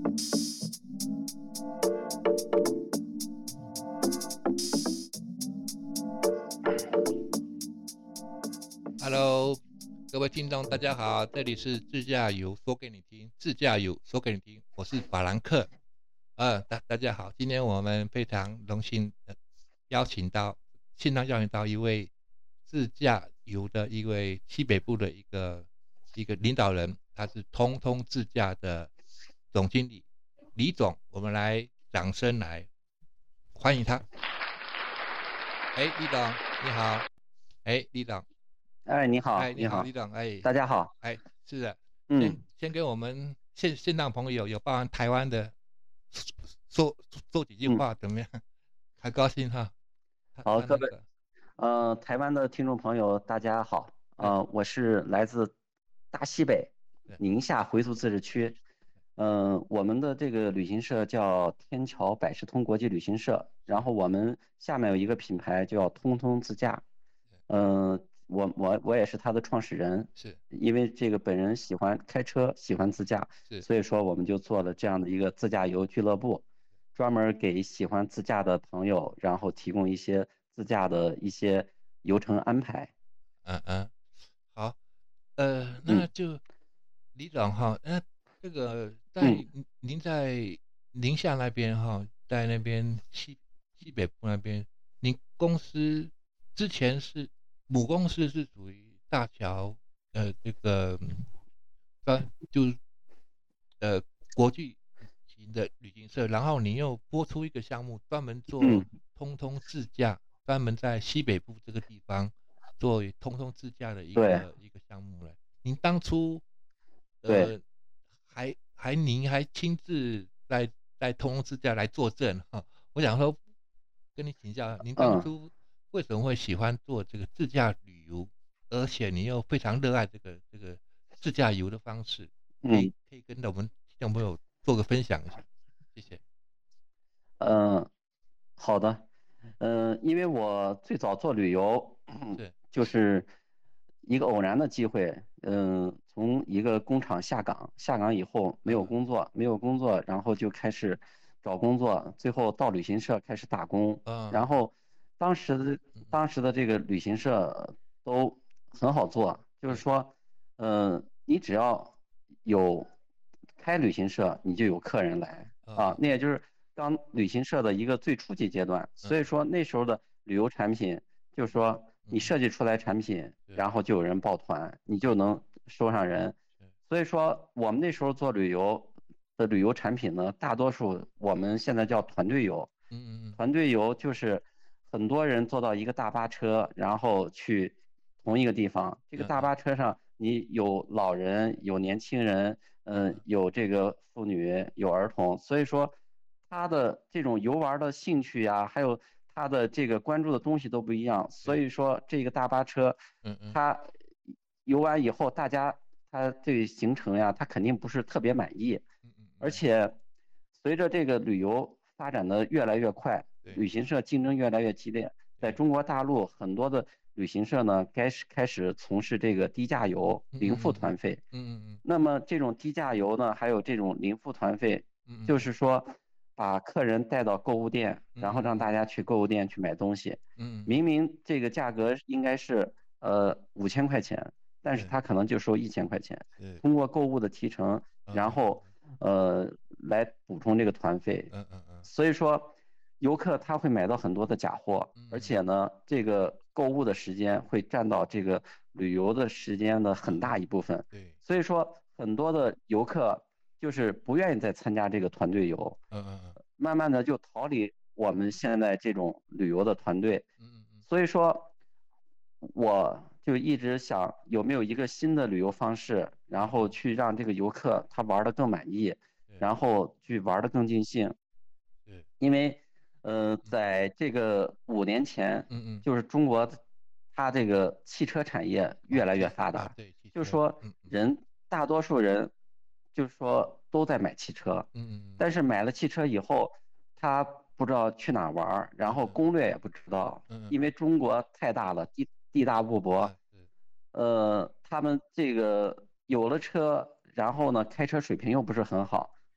Hello，各位听众，大家好，这里是自驾游说给你听，自驾游说给你听，我是法兰克。大家好，今天我们非常荣幸邀请到一位自驾游的一位西北部的一个领导人，他是通通自驾的总经理李总，我们来掌声来欢迎他。李总你好。李总。 哎，你好， 你好， 你好， 李总。 大家好。 是的。先嗯， 先给我们线上朋友有包含台湾的说说几句嗯， 话怎么样？很高兴哈。 好，各位， 他那个。 台湾的听众朋友，大家好。 对我是来自大西北对宁夏回族自治区。我们的这个旅行社叫天桥百事通国际旅行社，然是后我们下面有一个品牌叫通通自驾。我也是他的创始人， 是因为这个本人喜欢开车，喜欢自驾， 是所以说我们就做了这样的一个自驾游俱乐部，专门给喜欢自驾的朋友，然后提供一些自驾的一些流程安排。 嗯嗯。好。那嗯就李总哈，那这个嗯您在宁夏那边哈，在那边西北部那边，您公司之前是母公司是属于大桥这个就是呃国际型的旅行社，然后你又拨出一个项目，专门做嗯， 通通自驾，专门在西北部这个地方做通通自驾的一对个一个项目了。您当初对， 呃您还亲自在通通自驾来作证哈。我想说跟你请教，您当嗯初为什么会喜欢做这个自驾旅游，而且你又非常热爱这个自驾游的方式，可以嗯可以跟我们听众朋友做个分享一下，谢谢。 嗯，好的。因为我最早做旅游， 是。 就是一个偶然的机会。从一个工厂下岗，下岗以后没有嗯工作，没有工作，然后就开始找工作，最后到旅行社开始打工。 嗯然后当时的嗯当时的这个旅行社都很好做，就是是说，你只要有开旅行社，你就有客人来啊。 嗯那也就是当旅行社的一个最初级阶段。所以嗯说那时候的旅游产品，就是说你嗯设计出来产品， 对然后就有人报团，你就能收上人。 是所以说我们那时候做旅游的旅游产品呢，大多数我们现在叫团队游。 嗯团队游就是很多人坐到一个大巴车，然后去同一个地方。这个大巴车上你有老人，有年轻人，有这个妇女，有儿童。所以说他的这种游玩的兴趣呀，还有他的这个关注的东西都不一样。所对以说这个大巴车， 嗯嗯他游完以后，大家他对行程呀，他肯定不是特别满意。而嗯且随着这个旅游发展的越来越快， 对旅行社竞争越来越激烈，在对中国大陆很多的旅行社呢，开始从事这个低价游、零付团费。 嗯那么这种低价游呢，还有这种零付团费，就是说把客人带到购物店，然后让大家去购物店去买东西。明明这个价格应该是5000块钱，但是是他可能就收1000块钱， 是通过购物的提成，然后来补充这个团费。所以说游客他会买到很多的假货，而且呢，这个购物的时间会占到这个旅游的时间的很大一部分。 对所以说很多的游客就是不愿意再参加这个团队游，慢慢的就逃离我们现在这种旅游的团队。所以说，我就一直想有没有一个新的旅游方式，然后去让这个游客他玩的更满意，然后去玩的更尽兴。 是因为在这个5年前，就是中国它这个汽车产业越来越发达， 对汽车。 就是说大多数人就是说都在买汽车。但是买了汽车以后，他不知道去哪儿玩儿，然后攻略也不知道，因为中国太大了，地大物博。 是他们这个有了车，然后呢，开车水平又不是很好。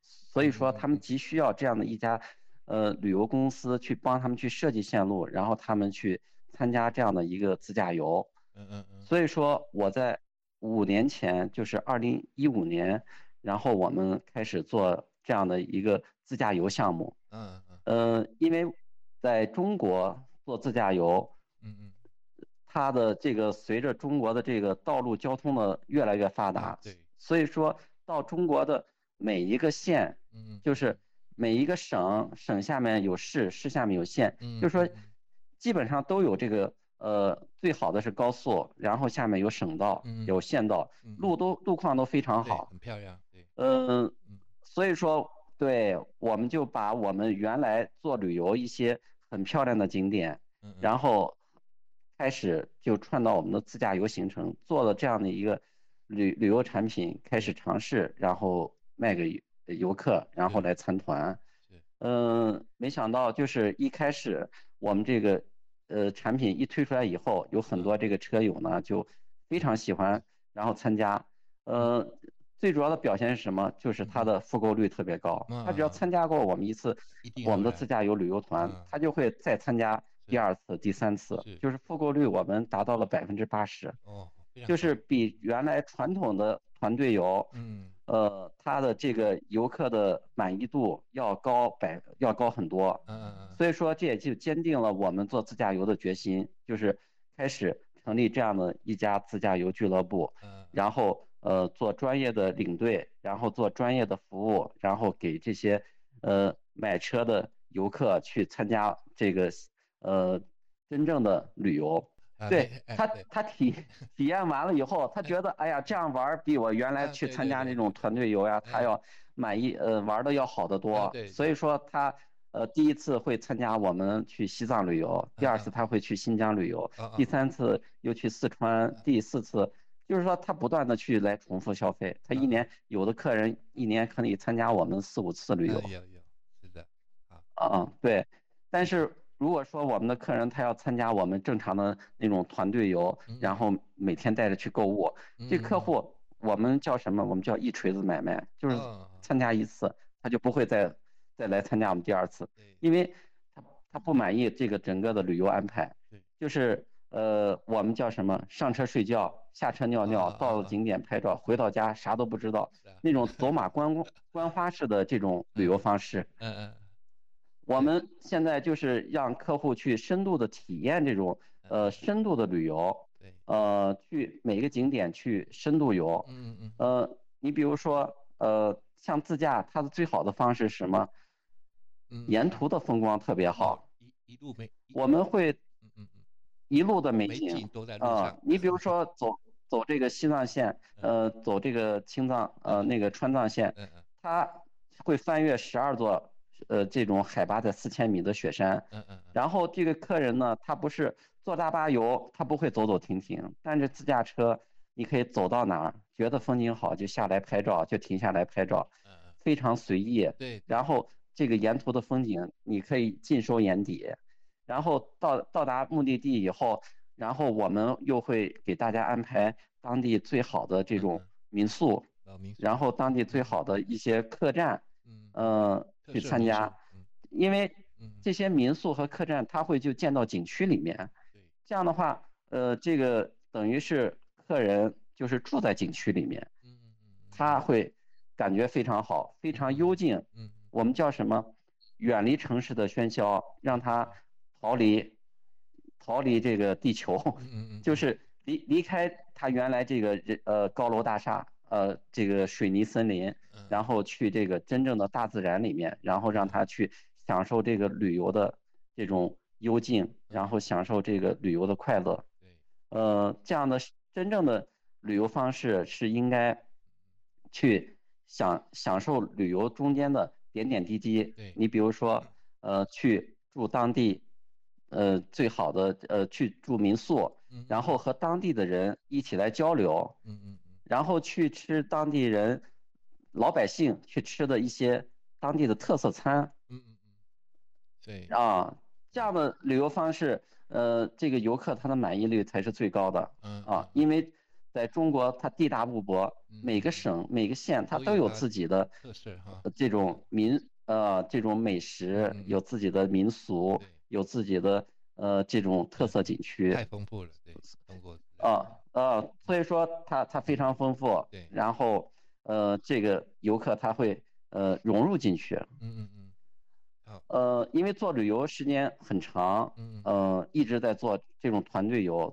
所以说他们急需要这样的一家旅游公司去帮他们去设计线路，然后他们去参加这样的一个自驾游。所以说我在5年前，就是2015年，然后我们开始做这样的一个自驾游项目。因为在中国做自驾游，它的这个随着中国的这个道路交通的越来越发达，所以说到中国的每一个县，就是每一个省，省下面有市，市下面有县，就是说基本上都有这个最好的是高速，然后下面有省道，有县道，路况都非常好， 很漂亮。对， 所以说对，我们就把我们原来做旅游一些很漂亮的景点，然后开始就串到我们的自驾游行程，做了这样的一个旅游产品，开始尝试，然后卖给游客，然后来参团。没想到就是一开始我们这个产品一推出来以后，有很多这个车友呢就非常喜欢，然后参加。最主要的表现是什么？就是它的复购率特别高。他只要参加过我们一次我们的自驾游旅游团，他就会再参加第2次、第3次，就是复购率我们达到了80%。就是比原来传统的团队游，它的这个游客的满意度要高很多。所以说这也就坚定了我们做自驾游的决心，就是开始成立这样的一家自驾游俱乐部，然后做专业的领队，然后做专业的服务，然后给这些买车的游客去参加这个真正的旅游。对他体验完了以后，他觉得哎呀，这样玩比我原来去参加那种团队游呀，他要满意，玩的要好得多。所以说他第1次会参加我们去西藏旅游，第2次他会去新疆旅游，第3次又去四川，第4次就是说他不断的去来重复消费。他有的客人一年可以参加我们4、5次旅游。 是的。 对。但是如果说我们的客人他要参加我们正常的那种团队游，然后每天带着去购物，这客户我们叫什么？我们叫一锤子买卖，就是参加1次，他就不会再来参加我们第2次，因为他不满意这个整个的旅游安排，就是我们叫什么？上车睡觉，下车尿尿，到了景点拍照，回到家啥都不知道，那种走马观花式的这种旅游方式。我们现在就是让客户去深度的体验这种深度的旅游，去每个景点去深度游。你比如说像自驾，它的最好的方式是什么？沿途的风光特别好，我们会一路的美景都在路上。 你比如说走这个西藏线，走这个青藏那个川藏线，它会翻越12座。这种海拔在4000米的雪山，然后这个客人呢，他不是坐大巴游，他不会走走停停，但是自驾车你可以走到哪儿，觉得风景好就下来拍照，就停下来拍照，非常随意。然后这个沿途的风景你可以尽收眼底，然后到达目的地以后，然后我们又会给大家安排当地最好的这种民宿，然后当地最好的一些客栈。去参加，因为这些民宿和客栈，它会就建到景区里面，这样的话，这个等于是客人就是住在景区里面，他会感觉非常好，非常幽静。我们叫什么？远离城市的喧嚣，让他逃离这个地球，就是离开他原来这个高楼大厦，这个水泥森林。然后去这个真正的大自然里面，然后让他去享受这个旅游的这种幽静，然后享受这个旅游的快乐。这样的真正的旅游方式是应该去享受旅游中间的点点滴滴。你比如说，去住当地，最好的去住民宿，然后和当地的人一起来交流，然后去吃当地人。老百姓去吃的一些当地的特色餐，这样的旅游方式，这个游客他的满意率才是最高的，因为在中国它地大物博，每个省每个县它都有自己的特色哈， 这种这种美食，有自己的民俗，有自己的这种特色景区， 太丰富了，对，中国所以说它非常丰富， 对， 然后这个游客他会融入进去，因为做旅游时间很长，一直在做这种团队游，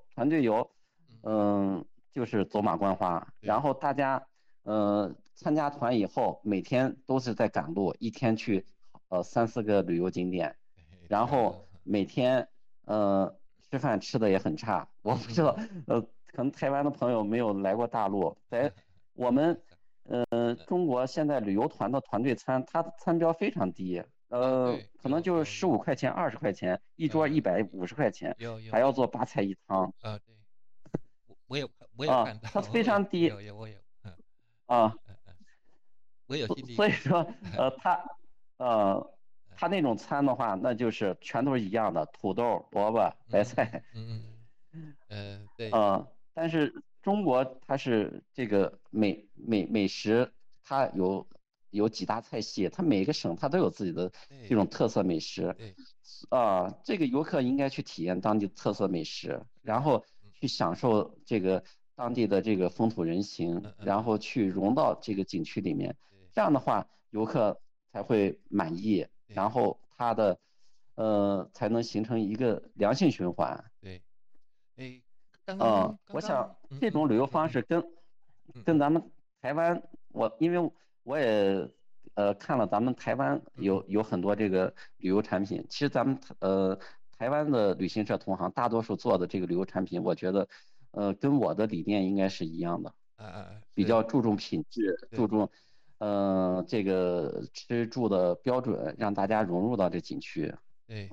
就是走马观花，然后大家参加团以后，每天都是在赶路，一天去3、4个旅游景点，然后每天吃饭吃的也很差，我不知道可能台湾的朋友没有来过大陆，在我们中国现在旅游团的团队餐，它的餐标非常低，可能就是15块钱、20块钱一桌150块钱，还要做8菜1汤。 对，我有看到， 它非常低。 我有， 啊， 我有经历所以说它那种餐的话，那就是全都是一样的，土豆、萝卜、白菜。 对。 但是中国它是这个美食，它有几大菜系，它每个省它都有自己的这种特色美食。这个游客应该去体验当地特色美食，然后去享受这个当地的这个风土人情，然后去融到这个景区里面。这样的话，游客才会满意，然后他的才能形成一个良性循环。 对，哎，刚我刚， 想这种旅游方式跟咱们台湾，因为我也看了咱们台湾有很多这个旅游产品，其实咱们台湾的旅行社同行大多数做的这个旅游产品，我觉得跟我的理念应该是一样的，比较注重品质，注重这个吃住的标准，让大家融入到这景区。 对，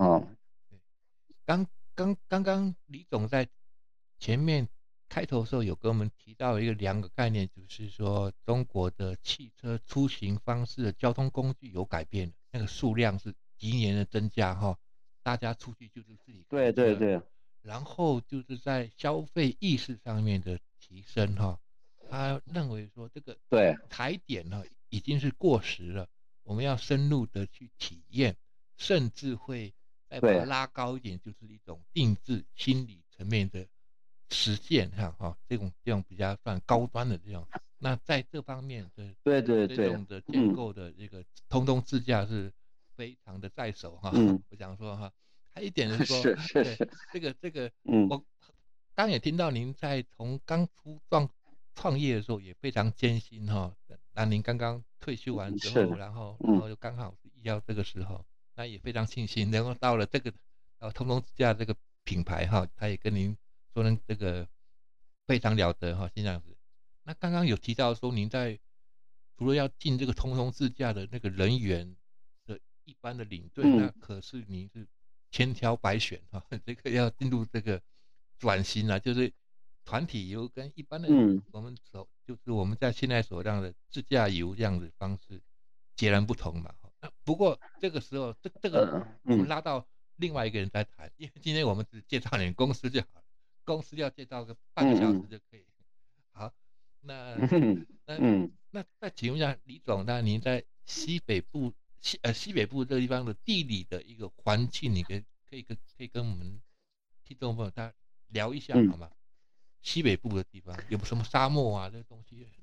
刚刚李总在前面开头的时候有跟我们提到两个概念，就是说中国的汽车出行方式的交通工具有改变，那个数量是几年的增加哈，大家出去就是自己开车， 对， 然后就是在消费意识上面的提升哈，他认为说这个台点呢已经是过时了，我们要深入的去体验，甚至会再把它拉高一点，就是一种定制心理层面的实现哈，这种比较算高端的这种。那在这方面的这种的建构的这个通通自驾是非常的在手哈。我想说哈，还一点是说，对这个我刚也听到您在从刚创业的时候也非常艰辛哈。那您刚刚退休完之后，然后又刚好是医药这个时候。那也非常庆幸，然后到了这个通通自驾这个品牌哈，他也跟您说呢，这个非常了得哈，这样子。那刚刚有提到说，您在除了要进这个通通自驾的那个人员的一般的领队，那可是您是千挑百选哈，这个要进入这个转型啊，就是团体游跟一般的我们就是我们在现在所这样的自驾游这样的方式截然不同嘛。不过这个时候，这个我们拉到另外一个人在谈，因为今天我们只介绍你公司就好了，公司要介绍个半个小时就可以。好，那再请问一下李总，那您在西北部这个地方的地理的一个环境，你可以跟我们听众朋友大家聊一下好吗？西北部的地方有什么沙漠啊这些东西？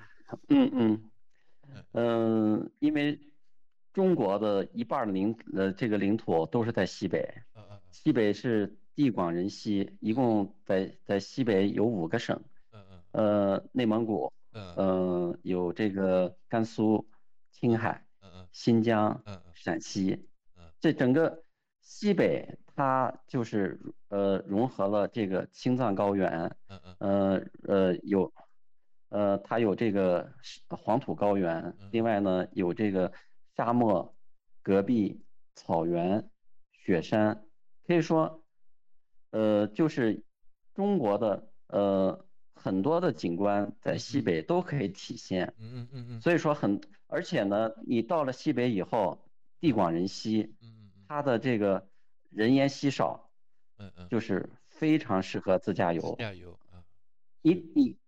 因为中国的一半的这个领土都是在西北，西北是地广人稀，一共在西北有5个省，内蒙古，有这个甘肃、青海、新疆、陕西，这整个西北它就是融合了这个青藏高原，它有这个黄土高原，另外呢有这个沙漠、戈壁、草原、雪山，可以说，就是中国的很多的景观在西北都可以体现。所以说而且呢，你到了西北以后，地广人稀，它的这个人烟稀少，就是非常适合自驾游。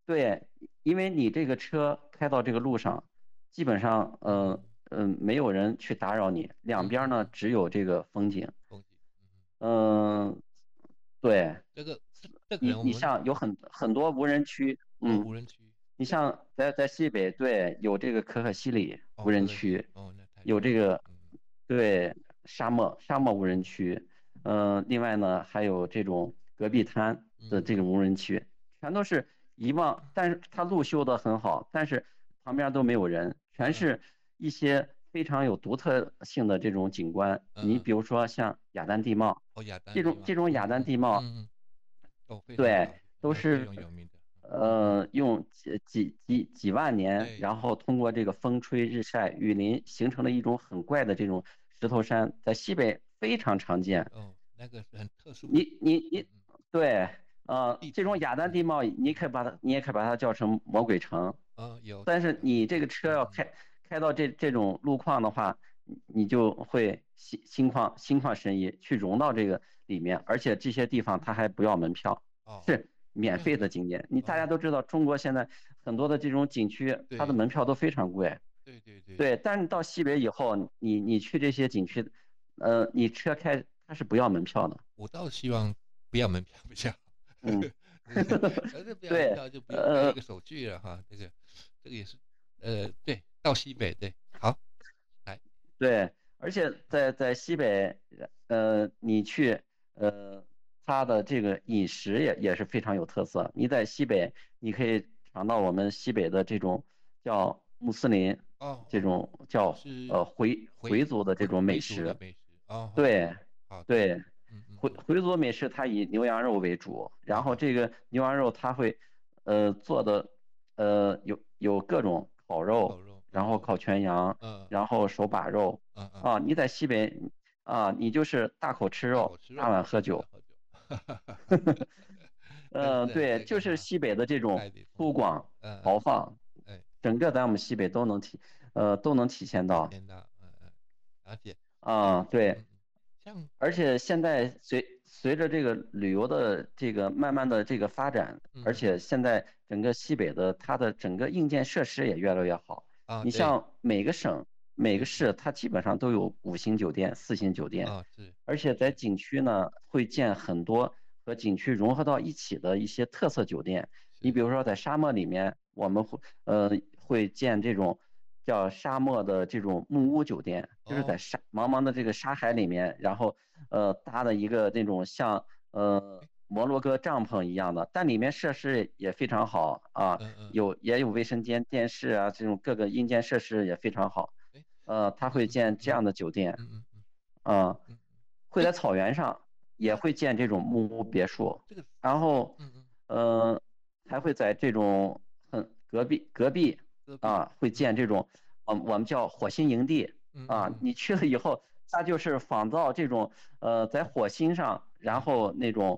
对，因为你这个车开到这个路上，基本上没有人去打扰你，两边呢只有这个风景。 风景， 嗯，对， 这可能我们你像有很多无人区， 无人区， 你像在西北，对，有这个可可西里无可可西人区， 那太棒了， 有这个对沙漠无人区，另外呢还有这种戈壁滩的这种无人区，全都是但是它路修得很好，但是旁边都没有人，全是一些非常有独特性的这种景观。你比如说像雅丹地貌， 雅丹这地貌， 种这种雅丹地貌。 非常对， 好，非都是常有名的， 用几万年， 对， 然后通过这个风吹日晒雨淋形成了一种很怪的这种石头山，在西北非常常见。 那个是很特殊的， 你对，这种地质， 雅丹地貌，你也可以把它叫成魔鬼城。 有但是有， 你这个车要开到这种路况的话，你就会心旷神怡，去融到这个里面，而且这些地方它还不要门票，是免费的景点。大家都知道，中国现在很多的这种景区，它的门票都非常贵。对，但是到西北以后，你去这些景区，你车开它是不要门票的。 我倒希望不要门票比较好， 嗯， 而且不要门对， 票就不用开一个手续了哈，这个也是，对，到西北对，好，来， 对，而且在西北，你去，它的这个饮食也是非常有特色。你在西北，你可以尝到我们西北的这种叫穆斯林，这种叫是回族的这种美回族的食。 美食，好， 对好的， 对，回族美食它以牛羊肉为主，然后这个牛羊肉它会做的有各种烤肉， 烤肉， 然后烤全羊，然后手把肉你在西北你就是大口吃肉， 大口吃肉， 大碗喝酒。 大碗喝酒，真的是对， 这个哈， 就是西北的这种在地风情， 粗犷豪放， 哎， 整个在我们西北都能体现到。 体现到，了解， 对。 像， 而且现在随着这个旅游的这个慢慢的这个发展，而且现在整个西北的它的整个硬件设施也越来越好。你对， 像每个省、每个市，它基本上都有5星酒店、4星酒店， 是， 而且在景区呢会建很多和景区融合到一起的一些特色酒店。你比如说在沙漠里面，我们会建这种叫沙漠的这种木屋酒店，就是在茫茫的这个沙海里面，然后搭的一个那种像摩洛哥帐篷一样的，但里面设施也非常好啊，也有卫生间、电视啊，这种各个硬件设施也非常好。他会建这样的酒店，啊，会在草原上也会建这种木屋别墅，然后还会在这种隔壁会建这种我们叫火星营地你去了以后，它就是仿造这种在火星上，然后那种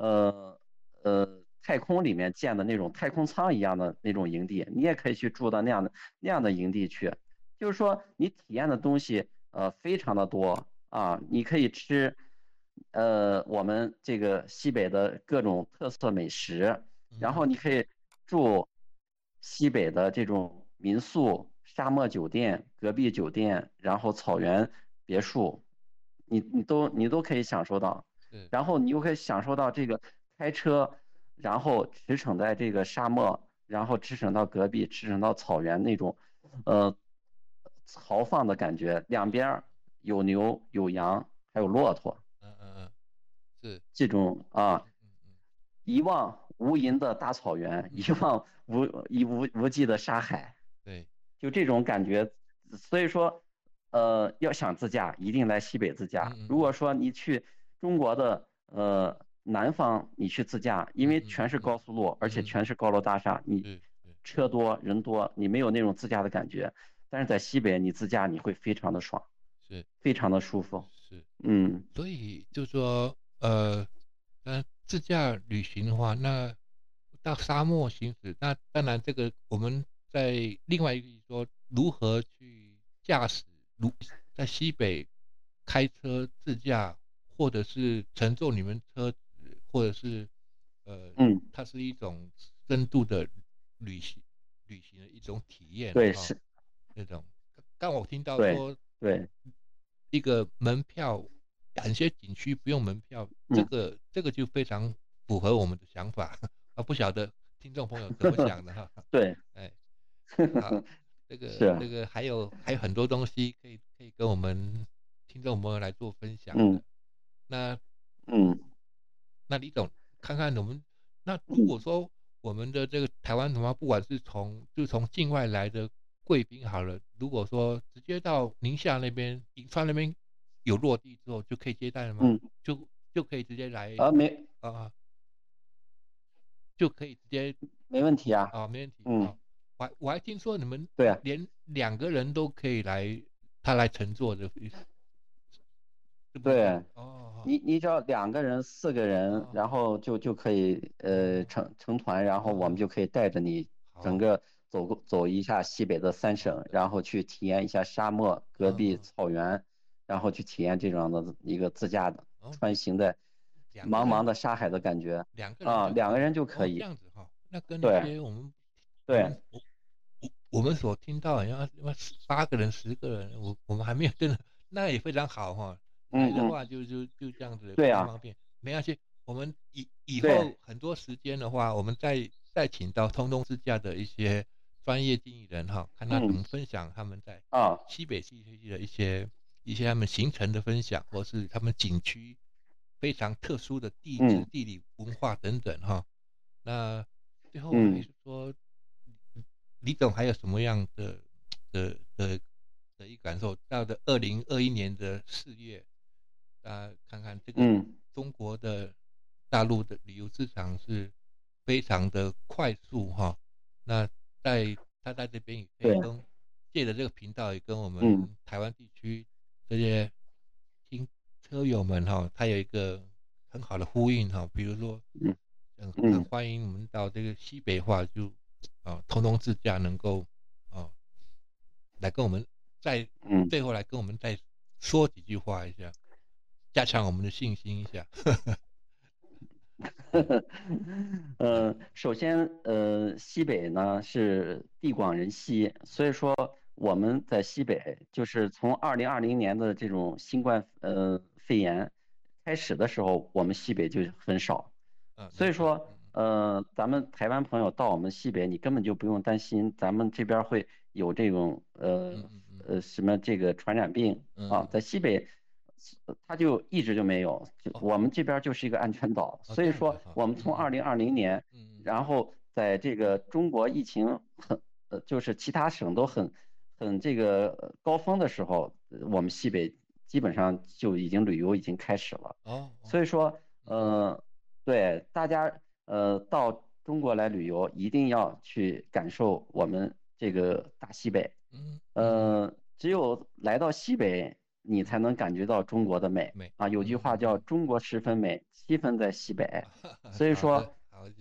太空里面建的那种太空舱一样的那种营地，你也可以去住到那样的营地去，就是说你体验的东西非常的多你可以吃我们这个西北的各种特色美食，然后你可以住西北的这种民宿、沙漠酒店、隔壁酒店，然后草原别墅，你都可以享受到。然后你又可以享受到这个开车，然后驰骋在这个沙漠，然后驰骋到隔壁，驰骋到草原那种，呃，豪放的感觉。两边有牛有羊，还有骆驼， 是这种一望无垠的大草原，一望无际的沙海， 对， 就这种感觉。所以说，要想自驾，一定来西北自驾。如果说你去中国的南方，你去自驾，因为全是高速路，而且全是高楼大厦，你车多人多，你没有那种自驾的感觉。但是在西北，你自驾你会非常的爽，非常的舒服。 所以就说自驾旅行的话，那到沙漠行驶，那当然这个我们在另外一个说如何去驾驶，在西北开车自驾，或者是乘坐你们车子，或者是它是一种深度的旅行的一种体验。 对，是那种。刚我听到说， 对， 一个门票，很些景区不用门票，这个就非常符合我们的想法。不晓得听众朋友怎么想的哈？ 对， 哎，好，这是个还有很多东西可以跟我们听众朋友来做分享的。那李总，看看我们，那如果说我们的这个台湾同胞，不管是从境外来的贵宾好了，如果说直接到宁夏那边、银川那边有落地之后，就可以接待了吗？就可以直接来就可以直接没问题啊。 没问题啊。我还听说你们连2个人都可以来，他来乘坐的意思。 对，你只要2个人、4个人，然后就可以成团，然后我们就可以带着你整个走一下西北的3省，然后去体验一下沙漠、戈壁草原，然后去体验这种的一个自驾的穿行在茫茫的沙海的感觉。2个人就可以。 这样子哈，那跟那些我们所听到好像8个人、10个人，我们还没有真的，那也非常好哈。来的话就这样子，非常方便。没关系，我们以后很多时间的话，我们再请到通通自驾的一些专业经纪人哈，看他怎么分享他们在西北地区的一些他们行程的分享，或是他们景区非常特殊的地质、地理文化等等哈。那最后还是说，李总还有什么样的一个感受？到的2021年的4月，看看这个中国的大陆的旅游市场是非常的快速哈。那他在这边也可以借着这个频道，也跟我们台湾地区这些车友们哈，他有一个很好的呼应哈。比如说，很欢迎我们到这个西北话，就通通自驾能够来跟我们最后来跟我们再说几句话一下，加强我们的信心一下。 首先，西北呢是地广人稀，所以说我们在西北，就是从2020年的这种新冠肺炎开始的时候，我们西北就很少，所以说，咱们台湾朋友到我们西北，你根本就不用担心咱们这边会有这种什么这个传染病啊，在西北。它就一直就没有，我们这边就是一个安全岛，所以说我们从2020年，然后在这个中国疫情就是其他省都很这个高峰的时候，我们西北基本上就已经旅游已经开始了。所以说对大家到中国来旅游一定要去感受我们这个大西北。只有来到西北，你才能感觉到中国的美啊！有句话叫"中国十分美，7分在西北"，所以说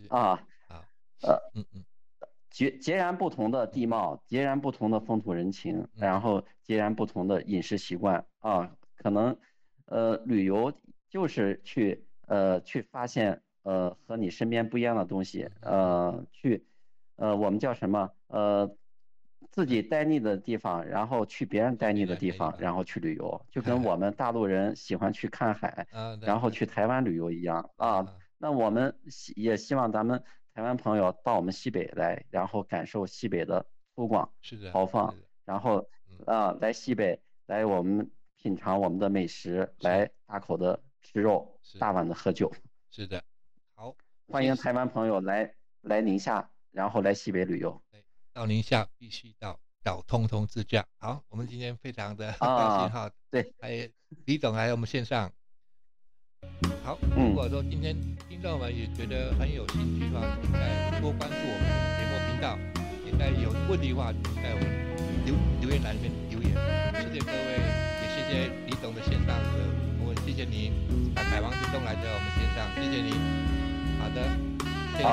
截然不同的地貌，截然不同的风土人情，然后截然不同的饮食习惯啊，可能旅游就是去发现和你身边不一样的东西，我们叫什么自己待腻的地方，然后去别人待腻的地方，然后去旅游，就跟我们大陆人喜欢去看海，然后去台湾旅游一样啊。那我们也希望咱们台湾朋友到我们西北来，然后感受西北的粗犷豪放，然后来西北来我们品尝我们的美食，来大口的吃肉，大碗的喝酒。 是的，好， 欢迎台湾朋友来宁夏，然后来西北旅游。 到宁夏必须到通通自驾。好，我们今天非常的开心哈。 对， 还有李总来我们线上。好，如果说今天听众们也觉得很有兴趣的话，请再多关注我们的节目频道。现在有问题的话，请在我们留言栏里面留言。谢谢各位，也谢谢李总的线上的，我谢谢您，百忙之中来到我们线上，谢谢您。好的。